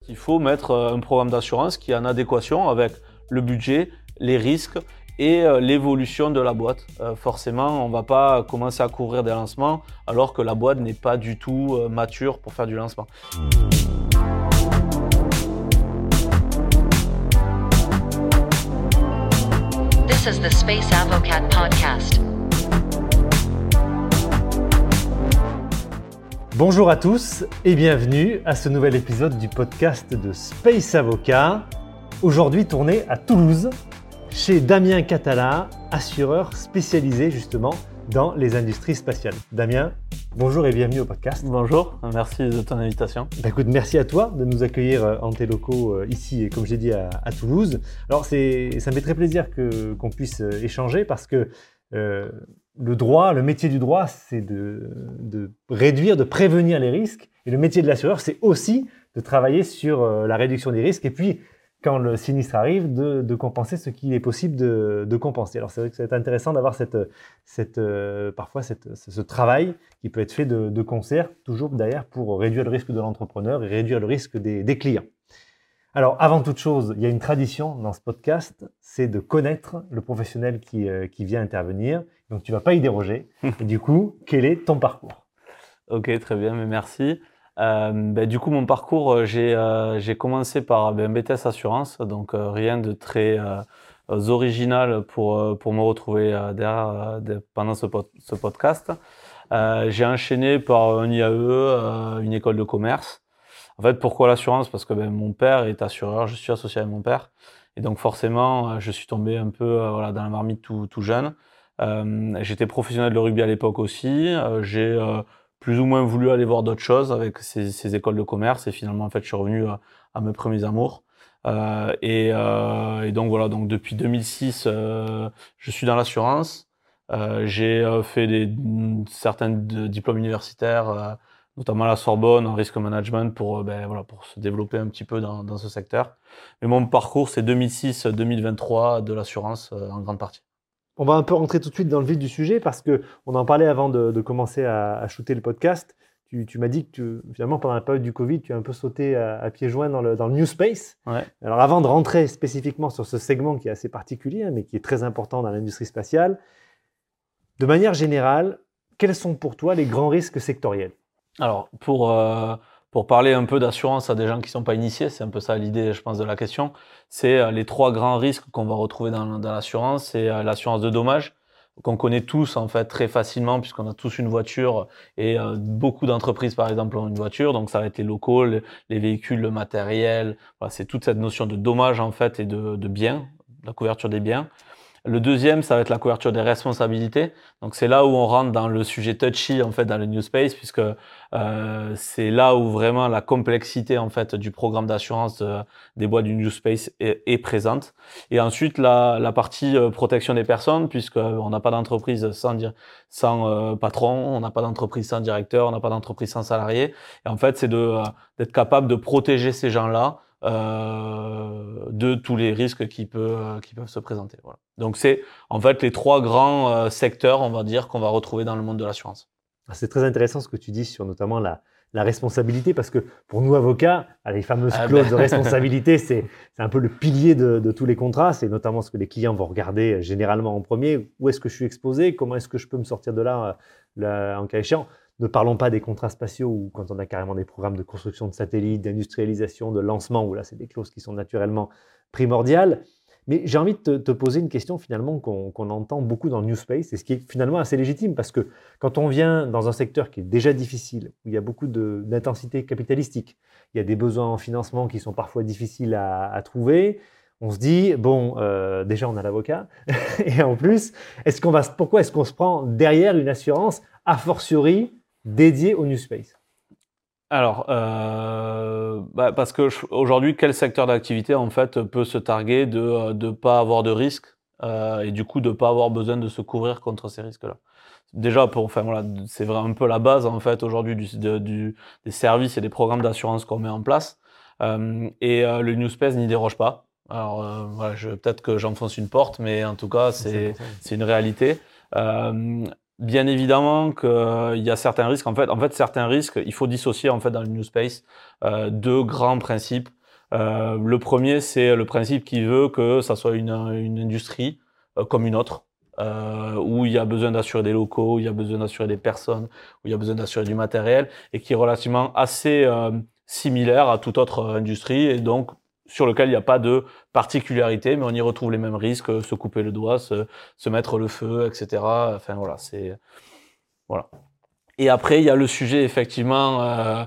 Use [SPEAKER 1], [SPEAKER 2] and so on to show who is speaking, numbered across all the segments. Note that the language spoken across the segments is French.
[SPEAKER 1] Il faut mettre un programme d'assurance qui est en adéquation avec le budget, les risques et l'évolution de la boîte. Forcément, on ne va pas commencer à couvrir des lancements alors que la boîte n'est pas du tout mature pour faire du lancement.
[SPEAKER 2] This is the Space Avocat podcast.
[SPEAKER 3] Bonjour à tous et bienvenue à ce nouvel épisode du podcast de Space Avocat. Aujourd'hui tourné à Toulouse, chez Damien Catala, assureur spécialisé justement dans les industries spatiales. Damien, bonjour et bienvenue au podcast.
[SPEAKER 1] Bonjour, merci de ton invitation.
[SPEAKER 3] Écoute, merci à toi de nous accueillir en tes locaux ici, comme je l'ai dit, à Toulouse. Alors ça me fait très plaisir qu'on puisse échanger parce que le métier du droit, c'est de réduire, de prévenir les risques. Et le métier de l'assureur, c'est aussi de travailler sur la réduction des risques. Et puis, quand le sinistre arrive, de compenser ce qu'il est possible de compenser. Alors, c'est vrai que c'est intéressant d'avoir parfois ce travail qui peut être fait de concert, toujours d'ailleurs pour réduire le risque de l'entrepreneur et réduire le risque des clients. Alors, avant toute chose, il y a une tradition dans ce podcast, c'est de connaître le professionnel qui vient intervenir. Donc, tu ne vas pas y déroger. Et du coup, quel est ton parcours ?
[SPEAKER 1] Ok, très bien, mais merci. Du coup, mon parcours, j'ai commencé par un BTS Assurance, donc rien de très original pour me retrouver pendant ce podcast. J'ai enchaîné par un IAE, une école de commerce. En fait, pourquoi l'assurance ? Parce que mon père est assureur, je suis associé avec mon père. Et donc forcément, je suis tombé un peu dans la marmite tout jeune. J'étais professionnel de rugby à l'époque aussi. J'ai plus ou moins voulu aller voir d'autres choses avec ces écoles de commerce. Et finalement, en fait, je suis revenu à mes premiers amours. Et donc voilà, donc depuis 2006, je suis dans l'assurance. J'ai fait certains diplômes universitaires, notamment à la Sorbonne en risk management pour se développer un petit peu dans ce secteur. Mais mon parcours, c'est 2006-2023 de l'assurance en grande partie.
[SPEAKER 3] On va un peu rentrer tout de suite dans le vif du sujet parce qu'on en parlait avant de commencer à shooter le podcast. Tu m'as dit que finalement, pendant la période du Covid, tu as un peu sauté à pieds joints dans le new space.
[SPEAKER 1] Ouais.
[SPEAKER 3] Alors avant de rentrer spécifiquement sur ce segment qui est assez particulier, mais qui est très important dans l'industrie spatiale, de manière générale, quels sont pour toi les grands risques sectoriels ?
[SPEAKER 1] Alors, pour parler un peu d'assurance à des gens qui ne sont pas initiés, c'est un peu ça l'idée, je pense, de la question, c'est les trois grands risques qu'on va retrouver dans l'assurance. C'est l'assurance de dommages, qu'on connaît tous en fait très facilement puisqu'on a tous une voiture et beaucoup d'entreprises, par exemple, ont une voiture. Donc, ça va être les locaux, les véhicules, le matériel. Voilà, c'est toute cette notion de dommage en fait et de biens, la couverture des biens. Le deuxième, ça va être la couverture des responsabilités. Donc, c'est là où on rentre dans le sujet touchy, en fait, dans le new space, puisque c'est là où vraiment la complexité, en fait, du programme d'assurance des boîtes du new space est présente. Et ensuite, la partie protection des personnes, puisqu'on n'a pas d'entreprise sans patron, on n'a pas d'entreprise sans directeur, on n'a pas d'entreprise sans salarié. Et en fait, c'est d'être capable de protéger ces gens-là de tous les risques qui peuvent se présenter. Voilà. Donc c'est en fait les trois grands secteurs, on va dire, qu'on va retrouver dans le monde de l'assurance.
[SPEAKER 3] C'est très intéressant ce que tu dis sur notamment la responsabilité, parce que pour nous avocats, les fameuses clauses de responsabilité, c'est un peu le pilier de tous les contrats. C'est notamment ce que les clients vont regarder généralement en premier. Où est-ce que je suis exposé ? Comment est-ce que je peux me sortir de là en cas échéant ? Ne parlons pas des contrats spatiaux où quand on a carrément des programmes de construction de satellites, d'industrialisation, de lancement, où là, c'est des clauses qui sont naturellement primordiales. Mais j'ai envie de te poser une question finalement qu'on entend beaucoup dans le New Space et ce qui est finalement assez légitime parce que quand on vient dans un secteur qui est déjà difficile, où il y a beaucoup d'intensité capitalistique, il y a des besoins en financement qui sont parfois difficiles à trouver, on se dit, déjà on a l'avocat et en plus, pourquoi est-ce qu'on se prend derrière une assurance a fortiori dédiée au New Space ?
[SPEAKER 1] Alors, parce que aujourd'hui, quel secteur d'activité en fait peut se targuer de pas avoir de risque et du coup de pas avoir besoin de se couvrir contre ces risques-là. Déjà, c'est vraiment un peu la base en fait aujourd'hui des services et des programmes d'assurance qu'on met en place. Le New Space n'y déroge pas. Alors peut-être que j'enfonce une porte, mais en tout cas c'est une réalité. Bien évidemment qu'il y a certains risques. En fait, certains risques, il faut dissocier en fait dans le New Space deux grands principes. Le premier, c'est le principe qui veut que ça soit une industrie comme une autre, où il y a besoin d'assurer des locaux, où il y a besoin d'assurer des personnes, où il y a besoin d'assurer du matériel, et qui est relativement assez similaire à toute autre industrie, et donc sur lequel il n'y a pas de particularité, mais on y retrouve les mêmes risques, se couper le doigt, se mettre le feu, etc. Enfin voilà, c'est voilà. Et après, il y a le sujet effectivement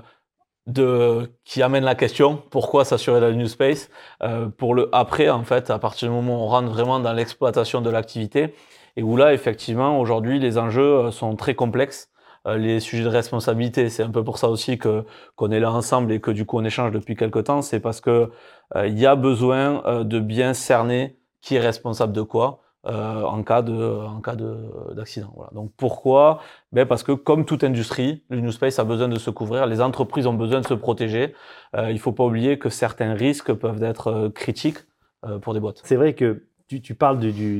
[SPEAKER 1] qui amène la question pourquoi s'assurer dans le new space. Après, en fait, à partir du moment où on rentre vraiment dans l'exploitation de l'activité, et où là, effectivement, aujourd'hui, les enjeux sont très complexes. Les sujets de responsabilité, c'est un peu pour ça aussi qu'on est là ensemble et que du coup on échange depuis quelque temps. C'est parce que il y a besoin de bien cerner qui est responsable de quoi en cas d'accident. Voilà. Donc pourquoi? Ben parce que comme toute industrie, le new space a besoin de se couvrir, les entreprises ont besoin de se protéger. Il faut pas oublier que certains risques peuvent être critiques pour des boîtes.
[SPEAKER 3] C'est vrai que tu parles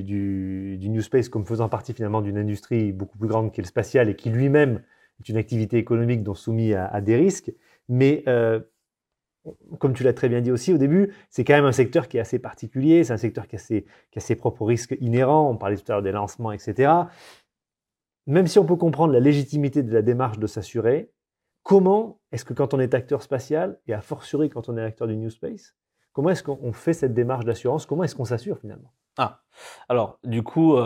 [SPEAKER 3] du New Space comme faisant partie finalement d'une industrie beaucoup plus grande qu'est le spatial et qui lui-même est une activité économique donc soumise à des risques. Mais comme tu l'as très bien dit aussi au début, c'est quand même un secteur qui est assez particulier, c'est un secteur qui a ses propres risques inhérents, on parlait tout à l'heure des lancements, etc. Même si on peut comprendre la légitimité de la démarche de s'assurer, comment est-ce que quand on est acteur spatial, et a fortiori quand on est acteur du New Space, comment est-ce qu'on fait cette démarche d'assurance? Comment est-ce qu'on s'assure finalement?
[SPEAKER 1] Ah, alors du coup,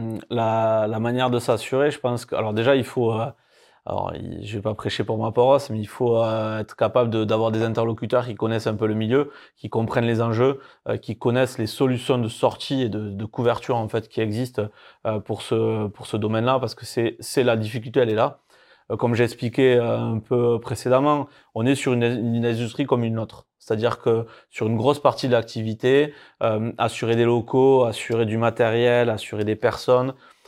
[SPEAKER 1] la manière de s'assurer, je pense que, alors déjà, il faut, je vais pas prêcher pour ma paroisse, mais il faut être capable d'avoir des interlocuteurs qui connaissent un peu le milieu, qui comprennent les enjeux, qui connaissent les solutions de sortie et de couverture en fait qui existent pour ce domaine-là, parce que c'est la difficulté, elle est là. Comme j'ai expliqué un peu précédemment, on est sur une industrie comme une autre. C'est-à-dire que sur une grosse partie de l'activité, assurer des locaux, assurer du matériel, assurer des personnes,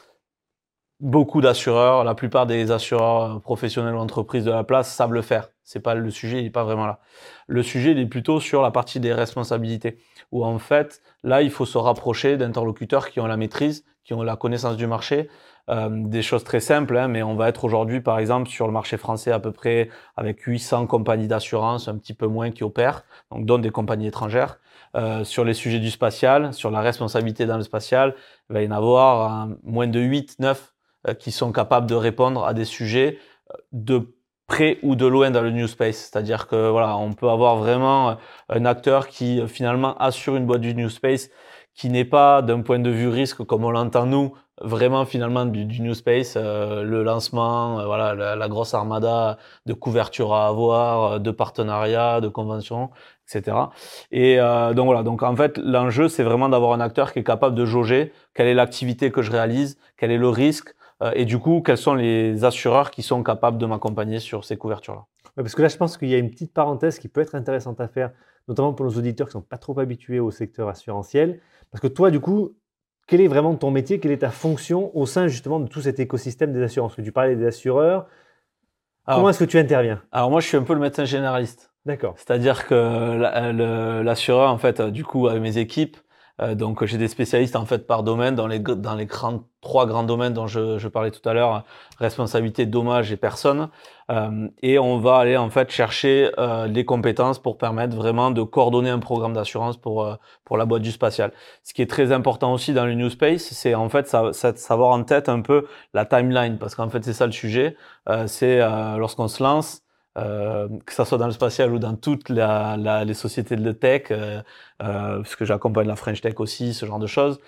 [SPEAKER 1] beaucoup d'assureurs, la plupart des assureurs professionnels ou entreprises de la place savent le faire. C'est pas le sujet, il est pas vraiment là. Le sujet, il est plutôt sur la partie des responsabilités, où en fait, là, il faut se rapprocher d'interlocuteurs qui ont la maîtrise, qui ont la connaissance du marché. Des choses très simples, hein, mais on va être aujourd'hui, par exemple, sur le marché français à peu près avec 800 compagnies d'assurance, un petit peu moins qui opèrent, donc dont des compagnies étrangères. Sur les sujets du spatial, sur la responsabilité dans le spatial, il va y en avoir moins de 8, 9 qui sont capables de répondre à des sujets de près ou de loin dans le new space. C'est-à-dire que voilà, on peut avoir vraiment un acteur qui finalement assure une boîte du new space qui n'est pas d'un point de vue risque comme on l'entend nous, vraiment finalement du new space, le lancement, voilà, la grosse armada de couverture à avoir, de partenariats, de conventions, etc. Et donc voilà, donc en fait l'enjeu c'est vraiment d'avoir un acteur qui est capable de jauger quelle est l'activité que je réalise, quel est le risque, et du coup, quels sont les assureurs qui sont capables de m'accompagner sur ces couvertures-là?
[SPEAKER 3] Ouais, parce que là, je pense qu'il y a une petite parenthèse qui peut être intéressante à faire, notamment pour nos auditeurs qui ne sont pas trop habitués au secteur assurantiel. Parce que toi, du coup, quel est vraiment ton métier? Quelle est ta fonction au sein justement de tout cet écosystème des assurances? Parce que tu parlais des assureurs. Comment
[SPEAKER 1] Alors,
[SPEAKER 3] est-ce que tu interviens?
[SPEAKER 1] alors moi, je suis un peu le médecin généraliste.
[SPEAKER 3] D'accord.
[SPEAKER 1] C'est-à-dire que l'assureur, en fait, du coup, avec mes équipes, donc j'ai des spécialistes en fait par domaine dans les trois grands domaines dont je parlais tout à l'heure, responsabilité, dommages et personnes. Et on va aller en fait chercher les compétences pour permettre vraiment de coordonner un programme d'assurance pour la boîte du spatial. Ce qui est très important aussi dans le New Space, c'est en fait savoir en tête un peu la timeline, parce qu'en fait c'est ça le sujet. C'est lorsqu'on se lance. Que ça soit dans le spatial ou dans toutes les sociétés de tech, puisque j'accompagne la French Tech aussi, ce genre de choses,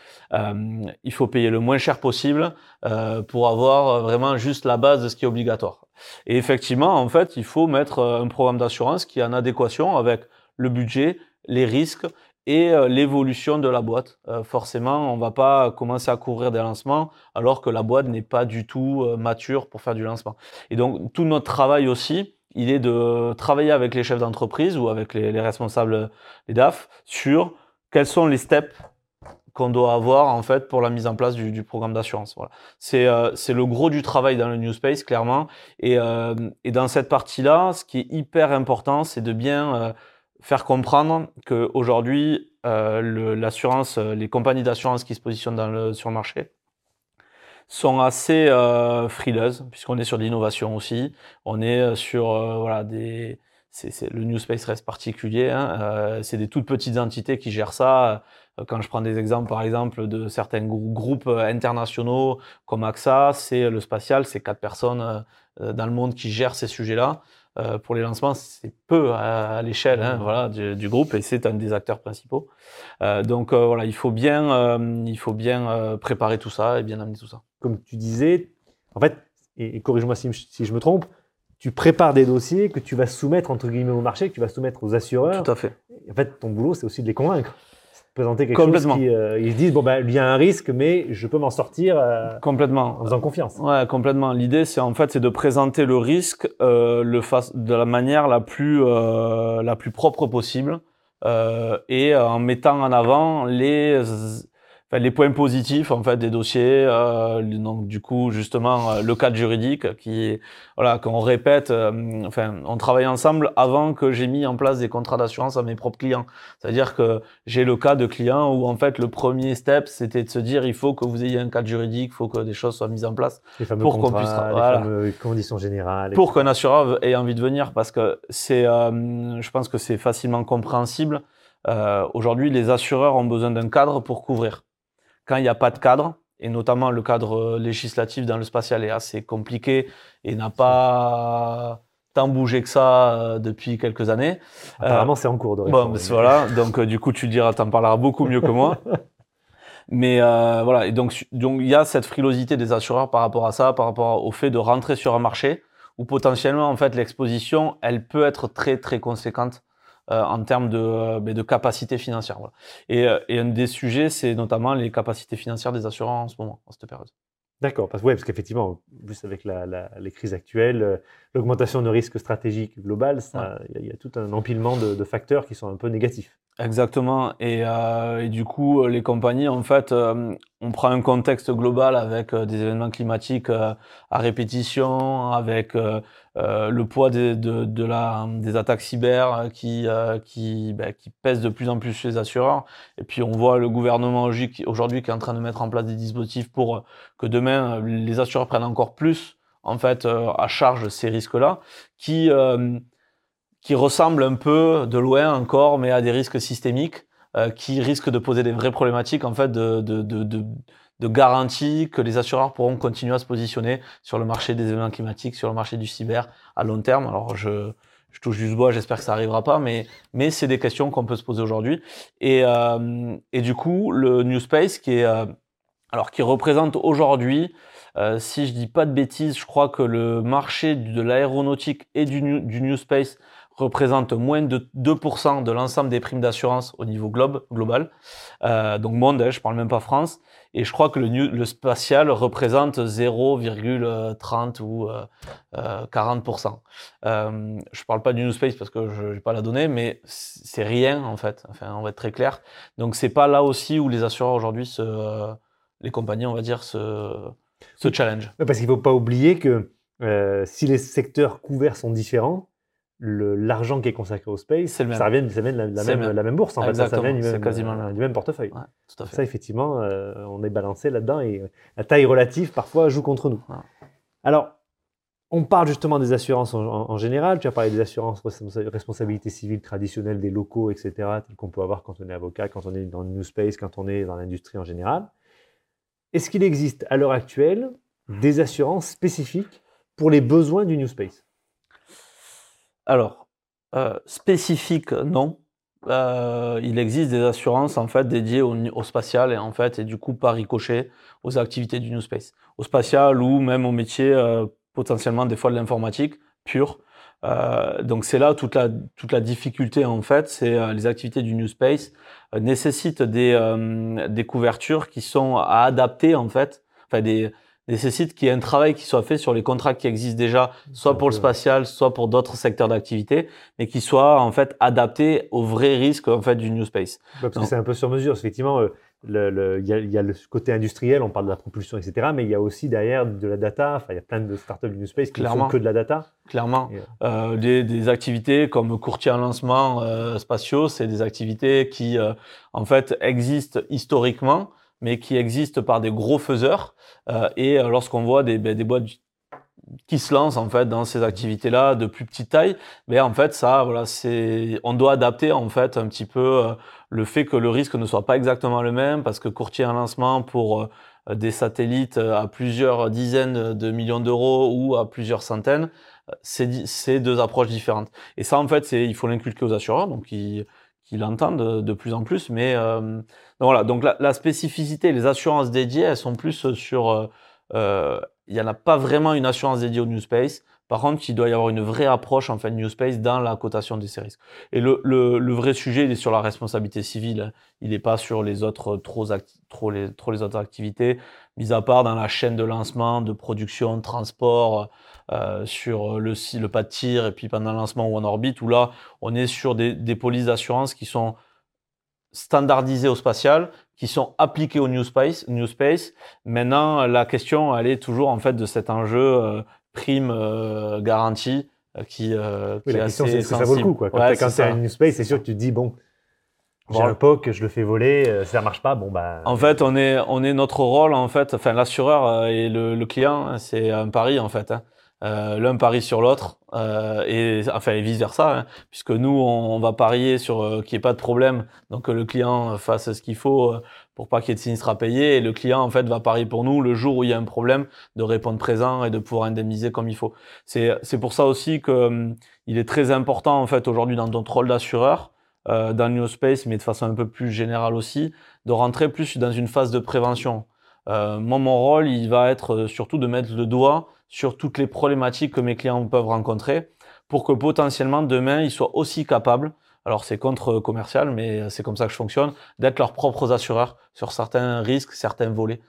[SPEAKER 1] il faut payer le moins cher possible pour avoir vraiment juste la base de ce qui est obligatoire. Et effectivement, en fait, il faut mettre un programme d'assurance qui est en adéquation avec le budget, les risques et l'évolution de la boîte. Forcément, on va pas commencer à couvrir des lancements alors que la boîte n'est pas du tout mature pour faire du lancement. Et donc, tout notre travail aussi, il est de travailler avec les chefs d'entreprise ou avec les responsables, les DAF, sur quels sont les steps qu'on doit avoir en fait pour la mise en place du programme d'assurance. Voilà. C'est le gros du travail dans le New Space, clairement. Et dans cette partie-là, ce qui est hyper important, c'est de bien faire comprendre qu'aujourd'hui, l'assurance, les compagnies d'assurance qui se positionnent sur le marché, sont assez frileuses, puisqu'on est sur de l'innovation aussi. On est sur voilà, le New Space reste particulier. Hein. C'est des toutes petites entités qui gèrent ça. Quand je prends des exemples, par exemple, de certains groupes internationaux comme AXA, c'est le spatial, c'est 4 personnes dans le monde qui gèrent ces sujets-là. Pour les lancements, c'est peu à l'échelle voilà, du groupe et c'est un des acteurs principaux. Donc voilà, il faut bien préparer tout ça et bien amener tout ça.
[SPEAKER 3] Comme tu disais, en fait, et corrige-moi si je me trompe, tu prépares des dossiers que tu vas soumettre entre guillemets au marché, que tu vas soumettre aux assureurs.
[SPEAKER 1] Tout à fait.
[SPEAKER 3] Et en fait, ton boulot, c'est aussi de les convaincre. Présenter quelque chose qui ils se disent bon ben il y a un risque mais je peux m'en sortir
[SPEAKER 1] complètement
[SPEAKER 3] en faisant confiance.
[SPEAKER 1] Ouais, complètement. L'idée c'est de présenter le risque de la manière la plus propre possible et en mettant en avant les points positifs en fait des dossiers, donc du coup justement le cadre juridique qui voilà qu'on répète, on travaille ensemble avant que j'ai mis en place des contrats d'assurance à mes propres clients. C'est-à-dire que j'ai le cas de clients où en fait le premier step c'était de se dire il faut que vous ayez un cadre juridique, il faut que des choses soient mises en place
[SPEAKER 3] les fameux
[SPEAKER 1] pour
[SPEAKER 3] contrats,
[SPEAKER 1] qu'on puisse
[SPEAKER 3] les fameuses conditions générales
[SPEAKER 1] pour qu'un assureur ait envie de venir parce que c'est je pense que c'est facilement compréhensible. Aujourd'hui les assureurs ont besoin d'un cadre pour couvrir. Quand il n'y a pas de cadre, et notamment le cadre législatif dans le spatial est assez compliqué et n'a pas tant bougé que ça depuis quelques années.
[SPEAKER 3] Apparemment, c'est en cours de réforme.
[SPEAKER 1] Bon, voilà, donc du coup, tu le diras, t'en parleras beaucoup mieux que moi. Mais voilà, et donc il y a cette frilosité des assureurs par rapport à ça, par rapport au fait de rentrer sur un marché où potentiellement, en fait, l'exposition, elle peut être très, très conséquente. En termes de capacité financière. Voilà. Et un des sujets, c'est notamment les capacités financières des assureurs en ce moment, en cette période.
[SPEAKER 3] D'accord, parce qu'effectivement, plus avec les crises actuelles, l'augmentation de risque stratégique global, il y a tout un empilement de facteurs qui sont un peu négatifs.
[SPEAKER 1] Exactement. Et du coup, les compagnies, en fait, on prend un contexte global avec des événements climatiques à répétition, avec le poids des attaques cyber qui pèsent de plus en plus sur les assureurs. Et puis, on voit le gouvernement aujourd'hui qui est en train de mettre en place des dispositifs pour que demain, les assureurs prennent encore plus, en fait, à charge ces risques-là, qui ressemble un peu de loin encore, mais à des risques systémiques qui risquent de poser des vraies problématiques en fait de garantie que les assureurs pourront continuer à se positionner sur le marché des événements climatiques, sur le marché du cyber à long terme. Alors je touche du bois, j'espère que ça arrivera pas, mais c'est des questions qu'on peut se poser aujourd'hui. Et du coup, le New Space qui représente aujourd'hui, si je dis pas de bêtises, je crois que le marché de l'aéronautique et du New Space représente moins de 2% de l'ensemble des primes d'assurance au niveau global. Donc monde, je parle même pas France. Et je crois que le spatial représente 0,30 ou 40%. Je parle pas du New Space parce que je n'ai pas la donnée, mais c'est rien en fait. Enfin, on va être très clair. Donc c'est pas là aussi où les assureurs aujourd'hui les compagnies, on va dire, se challenge.
[SPEAKER 3] Parce qu'il ne faut pas oublier que si les secteurs couverts sont différents, l'argent qui est consacré au space, ça vient de la même bourse. En fait. Ça vient du même portefeuille.
[SPEAKER 1] Ouais, tout à fait.
[SPEAKER 3] Ça, effectivement, on est balancé là-dedans et la taille relative, parfois, joue contre nous. Ouais. Alors, on parle justement des assurances en général. Tu as parlé des assurances responsabilité civile traditionnelles des locaux, etc., telles qu'on peut avoir quand on est avocat, quand on est dans le New Space, quand on est dans l'industrie en général. Est-ce qu'il existe à l'heure actuelle des assurances spécifiques pour les besoins du New Space ?
[SPEAKER 1] Alors, spécifique, non. Il existe des assurances en fait dédiées au spatial et du coup par ricochet aux activités du New Space, au spatial ou même au métier potentiellement des fois de l'informatique pure. Donc c'est là toute la difficulté en fait, c'est les activités du New Space nécessitent des couvertures qui sont à adapter en fait, nécessite qu'il y ait un travail qui soit fait sur les contrats qui existent déjà, soit pour le spatial, soit pour d'autres secteurs d'activité, mais qui soit en fait adaptés aux vrais risques en fait du New Space.
[SPEAKER 3] Parce que c'est un peu sur mesure. Effectivement, il y a le côté industriel, on parle de la propulsion, etc. Mais il y a aussi derrière de la data. Enfin, il y a plein de startups du New Space qui ne font que de la data.
[SPEAKER 1] Clairement. Des activités comme courtier en lancement spatiaux, c'est des activités qui en fait existent historiquement, mais qui existent par des gros faiseurs. Et lorsqu'on voit des boîtes qui se lancent en fait dans ces activités-là de plus petite taille, mais en fait ça, voilà, on doit adapter en fait un petit peu le fait que le risque ne soit pas exactement le même, parce que courtier un lancement pour des satellites à plusieurs dizaines de millions d'euros ou à plusieurs centaines, c'est deux approches différentes. Et ça en fait, il faut l'inculquer aux assureurs, donc qui l'entendent de plus en plus, mais donc voilà, donc la spécificité, les assurances dédiées, elles sont plus sur il n'y en a pas vraiment une assurance dédiée au New Space. Par contre, il doit y avoir une vraie approche en fait New Space dans la cotation de ces risques. Et le vrai sujet, il est sur la responsabilité civile. Il n'est pas sur les autres trop les autres activités, mis à part dans la chaîne de lancement, de production, de transport, sur le pas de tir et puis pendant le lancement ou en orbite, où là, on est sur des polices d'assurance qui sont standardisées au spatial, qui sont appliquées au New Space. Maintenant, la question, elle est toujours en fait de cet enjeu prime garantie qui
[SPEAKER 3] Oui, la
[SPEAKER 1] est
[SPEAKER 3] question,
[SPEAKER 1] assez
[SPEAKER 3] c'est est-ce que ça vaut le
[SPEAKER 1] sensible.
[SPEAKER 3] coup, quoi. Quand
[SPEAKER 1] Ouais,
[SPEAKER 3] tu
[SPEAKER 1] c'est
[SPEAKER 3] as
[SPEAKER 1] ça.
[SPEAKER 3] une New Space, c'est sûr que tu te dis, bon, j'ai
[SPEAKER 1] Voilà.
[SPEAKER 3] un POC, je le fais voler, si ça marche pas, bon, bah.
[SPEAKER 1] En fait, on est notre rôle en fait, enfin l'assureur et le client, hein, c'est un pari en fait. Hein. L'un parie sur l'autre et enfin et vice versa, hein, puisque nous on va parier sur qu'il n'y ait pas de problème, donc que le client fasse ce qu'il faut pour pas qu'il y ait de sinistre à payer, et le client en fait va parier pour nous le jour où il y a un problème de répondre présent et de pouvoir indemniser comme il faut. C'est pour ça aussi que il est très important en fait aujourd'hui dans notre rôle d'assureur, dans New Space, mais de façon un peu plus générale aussi, de rentrer plus dans une phase de prévention. Moi, mon rôle, il va être surtout de mettre le doigt sur toutes les problématiques que mes clients peuvent rencontrer pour que potentiellement demain, ils soient aussi capables, alors c'est contre-commercial, mais c'est comme ça que je fonctionne, d'être leurs propres assureurs sur certains risques, certains volets.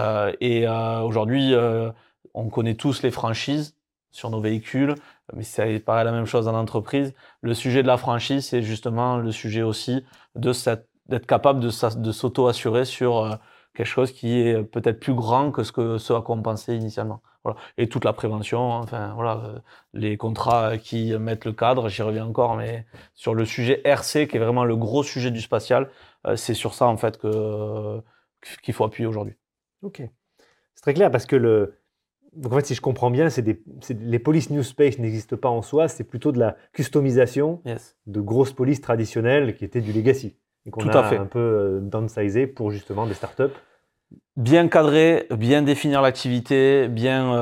[SPEAKER 1] Aujourd'hui, on connaît tous les franchises sur nos véhicules, mais c'est pareil la même chose dans l'entreprise. Le sujet de la franchise, c'est justement le sujet aussi d'être capable de s'auto-assurer sur quelque chose qui est peut-être plus grand que ce à quoi on pensait initialement. Voilà. Et toute la prévention, enfin voilà, les contrats qui mettent le cadre, j'y reviens encore, mais sur le sujet RC, qui est vraiment le gros sujet du spatial, c'est sur ça en fait qu'il faut appuyer aujourd'hui.
[SPEAKER 3] Ok. C'est très clair parce que donc en fait, si je comprends bien, les polices New Space n'existent pas en soi, c'est plutôt de la customisation
[SPEAKER 1] Yes.
[SPEAKER 3] de grosses polices traditionnelles qui étaient du legacy et qu'on
[SPEAKER 1] Tout
[SPEAKER 3] a
[SPEAKER 1] à fait.
[SPEAKER 3] un peu downsizé pour justement des startups.
[SPEAKER 1] Bien cadrer, bien définir l'activité, bien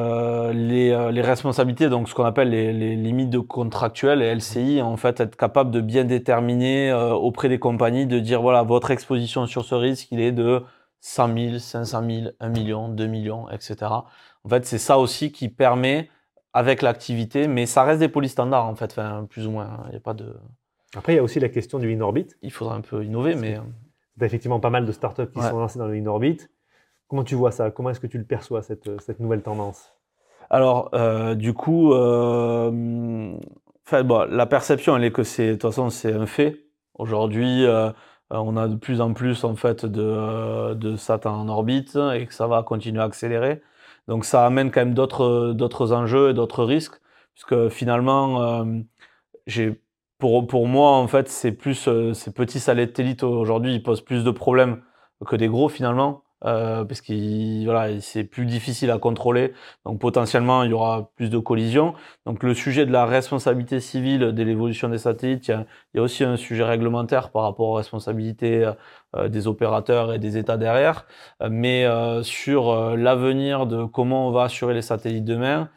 [SPEAKER 1] les responsabilités, donc ce qu'on appelle les limites de contractuelles, les LCI, en fait, être capable de bien déterminer auprès des compagnies, de dire voilà, votre exposition sur ce risque, il est de 100 000, 500 000, 1 million, 2 millions, etc. En fait, c'est ça aussi qui permet, avec l'activité, mais ça reste des polices standards, en fait, enfin, plus ou moins. Il y a pas de...
[SPEAKER 3] Après, il y a aussi la question du in-orbit.
[SPEAKER 1] Il faudra un peu innover, mais...
[SPEAKER 3] Tu as effectivement pas mal de startups qui
[SPEAKER 1] Ouais.
[SPEAKER 3] sont lancées dans le in-orbit. Comment tu vois ça? Comment est-ce que tu le perçois, cette nouvelle tendance?
[SPEAKER 1] Alors, du coup, enfin, bon, la perception, elle est que de toute façon, c'est un fait. Aujourd'hui, on a de plus en plus en fait de sat en orbite et que ça va continuer à accélérer. Donc, ça amène quand même d'autres enjeux et d'autres risques, puisque finalement, pour moi, en fait, c'est plus ces petits satellites aujourd'hui, ils posent plus de problèmes que des gros finalement, parce voilà, c'est plus difficile à contrôler. Donc potentiellement, il y aura plus de collisions. Donc le sujet de la responsabilité civile de l'évolution des satellites, il y a aussi un sujet réglementaire par rapport aux responsabilités des opérateurs et des États derrière. Mais sur l'avenir de comment on va assurer les satellites demain,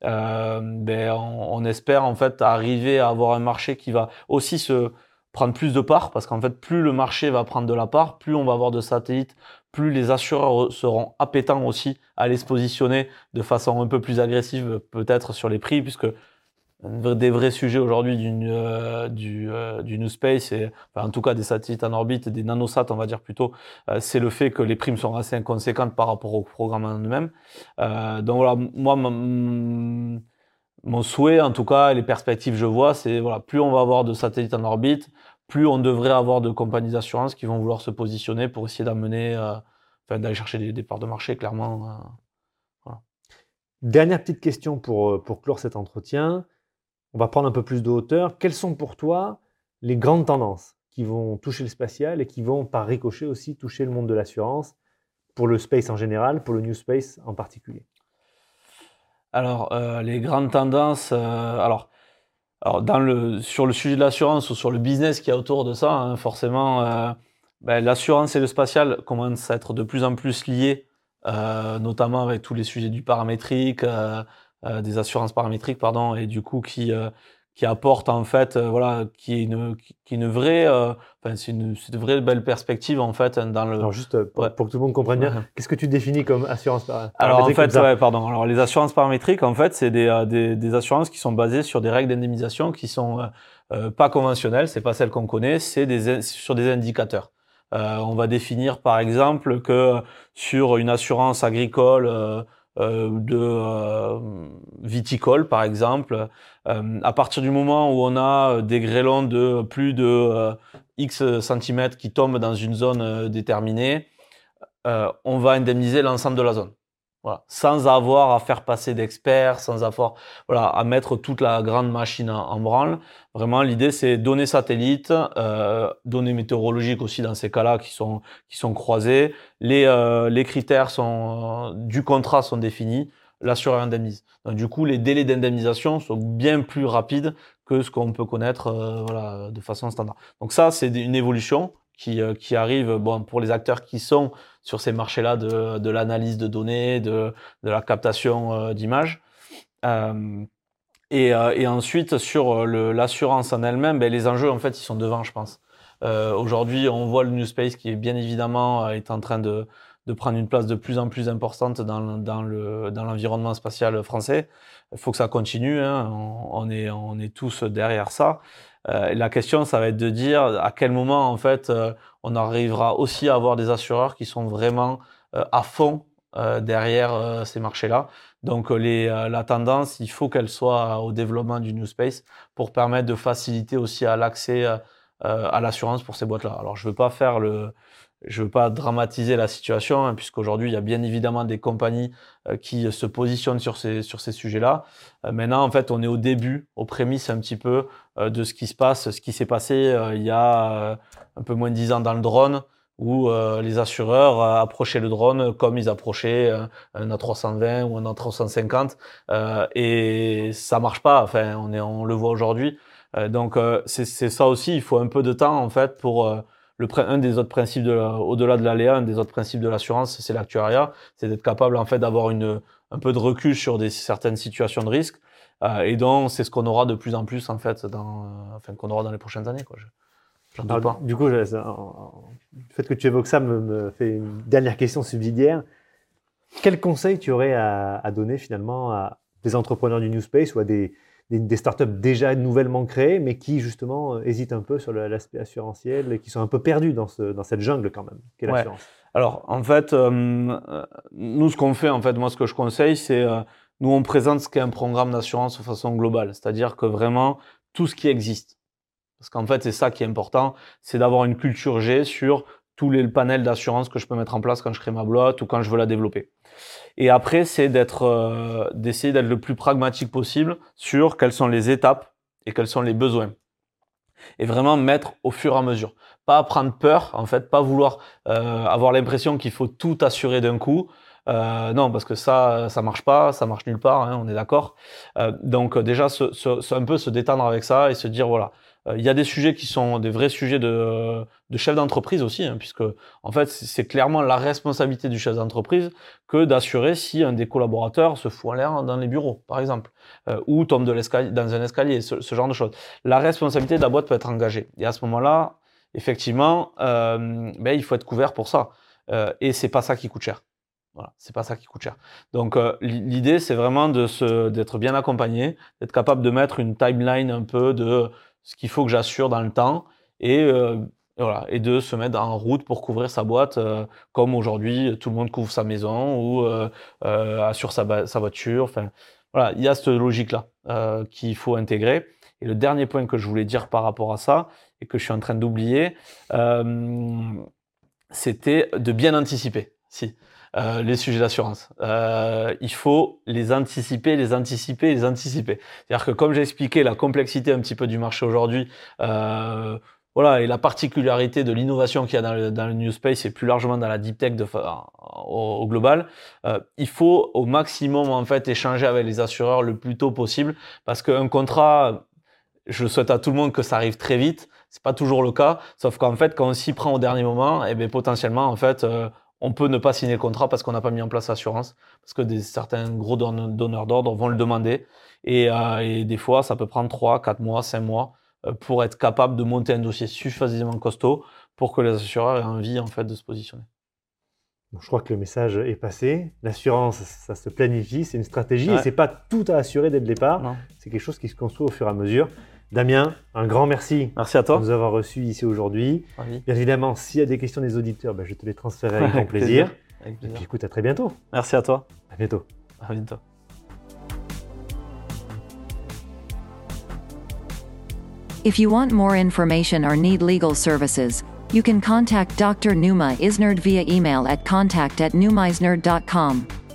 [SPEAKER 1] on espère en fait arriver à avoir un marché qui va aussi se prendre plus de parts, parce qu'en fait plus le marché va prendre de la part, plus on va avoir de satellites, plus les assureurs seront appétents aussi à aller se positionner de façon un peu plus agressive peut-être sur les prix, puisque des vrais sujets aujourd'hui du New Space, et enfin, en tout cas des satellites en orbite, des nanosats on va dire plutôt, c'est le fait que les primes sont assez inconséquentes par rapport au programme en eux-mêmes. Donc voilà, moi mon souhait en tout cas, et les perspectives que je vois, c'est voilà, plus on va avoir de satellites en orbite, plus on devrait avoir de compagnies d'assurance qui vont vouloir se positionner pour essayer d'amener, enfin d'aller chercher des parts de marché clairement. Voilà.
[SPEAKER 3] Dernière petite question pour clore cet entretien. On va prendre un peu plus de hauteur. Quelles sont pour toi les grandes tendances qui vont toucher le spatial et qui vont, par ricochet aussi, toucher le monde de l'assurance, pour le space en général, pour le New Space en particulier?
[SPEAKER 1] Alors, les grandes tendances, sur le sujet de l'assurance ou sur le business qu'il y a autour de ça, hein, forcément, l'assurance et le spatial commencent à être de plus en plus liés, notamment avec tous les sujets du paramétrique, des assurances paramétriques, pardon, et du coup qui apportent en fait, qui est une vraie, c'est une vraie belle perspective en fait dans le.
[SPEAKER 3] Alors juste
[SPEAKER 1] Ouais.
[SPEAKER 3] pour que tout le monde comprenne bien,
[SPEAKER 1] Ouais.
[SPEAKER 3] qu'est-ce que tu définis comme assurance paramétrique
[SPEAKER 1] Alors en
[SPEAKER 3] comme
[SPEAKER 1] fait,
[SPEAKER 3] ça
[SPEAKER 1] ouais, pardon. Alors les assurances paramétriques, en fait, c'est des assurances qui sont basées sur des règles d'indemnisation qui sont pas conventionnelles. C'est pas celles qu'on connaît. C'est sur des indicateurs. On va définir par exemple que sur une assurance agricole viticole, par exemple, à partir du moment où on a des grêlons de plus de X centimètres qui tombent dans une zone déterminée, on va indemniser l'ensemble de la zone. Voilà. Sans avoir à faire passer d'experts, sans avoir à mettre toute la grande machine en branle. Vraiment, l'idée, c'est données satellites, données météorologiques aussi dans ces cas-là qui sont croisées. Les critères du contrat sont définis. L'assureur indemnise. Donc, du coup, les délais d'indemnisation sont bien plus rapides que ce qu'on peut connaître de façon standard. Donc ça, c'est une évolution qui arrive pour les acteurs qui sont sur ces marchés-là de l'analyse de données, de la captation d'images. Et ensuite, sur l'assurance en elle-même, les enjeux, en fait, ils sont devant, je pense. Aujourd'hui, on voit le New Space qui, bien évidemment, est en train de prendre une place de plus en plus importante dans l'environnement spatial français. Il faut que ça continue, hein. On est tous derrière ça. La question, ça va être de dire à quel moment, en fait, on arrivera aussi à avoir des assureurs qui sont vraiment à fond derrière ces marchés-là. Donc la tendance, il faut qu'elle soit au développement du New Space pour permettre de faciliter aussi à l'accès à l'assurance pour ces boîtes-là. Alors je veux pas dramatiser la situation, hein, puisqu'aujourd'hui il y a bien évidemment des compagnies qui se positionnent sur ces sujets-là. Maintenant, en fait, on est au début, aux prémices un petit peu de ce qui se passe, ce qui s'est passé il y a un peu moins de 10 ans dans le drone, où les assureurs approchaient le drone comme ils approchaient un A320 ou un A350, et ça marche pas. Enfin, on le voit aujourd'hui. Donc c'est ça aussi. Il faut un peu de temps en fait pour un des autres principes au-delà de l'aléa, un des autres principes de l'assurance, c'est l'actuariat, c'est d'être capable en fait d'avoir un peu de recul sur certaines situations de risque. Et donc c'est ce qu'on aura de plus en plus en fait qu'on aura dans les prochaines années, quoi. J'en doute pas.
[SPEAKER 3] Du coup, le fait que tu évoques ça me fait une dernière question subsidiaire. Quel conseil tu aurais à donner finalement à des entrepreneurs du New Space ou à des startups déjà nouvellement créées, mais qui justement hésitent un peu sur l'aspect assurantiel et qui sont un peu perdus dans cette jungle quand même, qu'est l'assurance?
[SPEAKER 1] Alors en fait, nous ce qu'on fait, en fait, moi ce que je conseille, c'est nous on présente ce qu'est un programme d'assurance de façon globale, c'est-à-dire que vraiment tout ce qui existe. Parce qu'en fait, c'est ça qui est important, c'est d'avoir une culture G sur tous les panels d'assurance que je peux mettre en place quand je crée ma boîte ou quand je veux la développer. Et après, c'est d'essayer d'être le plus pragmatique possible sur quelles sont les étapes et quels sont les besoins. Et vraiment mettre au fur et à mesure. Pas prendre peur, en fait, pas vouloir avoir l'impression qu'il faut tout assurer d'un coup. Non, parce que ça marche pas, ça marche nulle part, hein, on est d'accord. Donc déjà, un peu se détendre avec ça et se dire, voilà, il y a des sujets qui sont des vrais sujets de chef d'entreprise aussi, hein, puisque en fait, c'est clairement la responsabilité du chef d'entreprise que d'assurer si un des collaborateurs se fout en l'air dans les bureaux, par exemple, ou tombe dans un escalier, ce genre de choses. La responsabilité de la boîte peut être engagée. Et à ce moment-là, effectivement, il faut être couvert pour ça. Et c'est pas ça qui coûte cher. Voilà, c'est pas ça qui coûte cher. Donc l'idée, c'est vraiment d'être bien accompagné, d'être capable de mettre une timeline un peu de ce qu'il faut que j'assure dans le temps et de se mettre en route pour couvrir sa boîte, comme aujourd'hui tout le monde couvre sa maison ou assure sa voiture. Enfin voilà, il y a cette logique-là qu'il faut intégrer. Et le dernier point que je voulais dire par rapport à ça et que je suis en train d'oublier, c'était de bien anticiper. Les sujets d'assurance. Il faut les anticiper. C'est-à-dire que comme j'ai expliqué la complexité un petit peu du marché aujourd'hui, Voilà, et la particularité de l'innovation qu'il y a dans le new space et plus largement dans la deep tech au global, il faut au maximum en fait échanger avec les assureurs le plus tôt possible parce qu'un contrat, je souhaite à tout le monde que ça arrive très vite. C'est pas toujours le cas, sauf qu'en fait, quand on s'y prend au dernier moment, eh bien, potentiellement, en fait, on peut ne pas signer le contrat parce qu'on n'a pas mis en place l'assurance, parce que certains gros donneurs d'ordre vont le demander. Et des fois, ça peut prendre 3, 4 mois, 5 mois pour être capable de monter un dossier suffisamment costaud pour que les assureurs aient envie en fait, de se positionner.
[SPEAKER 3] Donc, je crois que le message est passé. L'assurance, ça se planifie, c'est une stratégie
[SPEAKER 1] Ouais.
[SPEAKER 3] et c'est pas tout à assurer dès le départ.
[SPEAKER 1] Non.
[SPEAKER 3] C'est quelque chose qui se construit au fur et à mesure. Damien, un grand merci.
[SPEAKER 1] Merci à
[SPEAKER 3] De
[SPEAKER 1] toi.
[SPEAKER 3] nous avoir reçus ici aujourd'hui.
[SPEAKER 1] Ravi.
[SPEAKER 3] Bien évidemment, s'il y a des questions des auditeurs, je te les transférerai avec grand plaisir.
[SPEAKER 1] Avec
[SPEAKER 3] Et
[SPEAKER 1] plaisir.
[SPEAKER 3] puis écoute, à très bientôt.
[SPEAKER 1] Merci à toi.
[SPEAKER 3] À bientôt.
[SPEAKER 1] À bientôt.
[SPEAKER 2] If you want more information or need legal services, you can contact Dr. Numa Isnerd via email at contact@numaisnerd.com.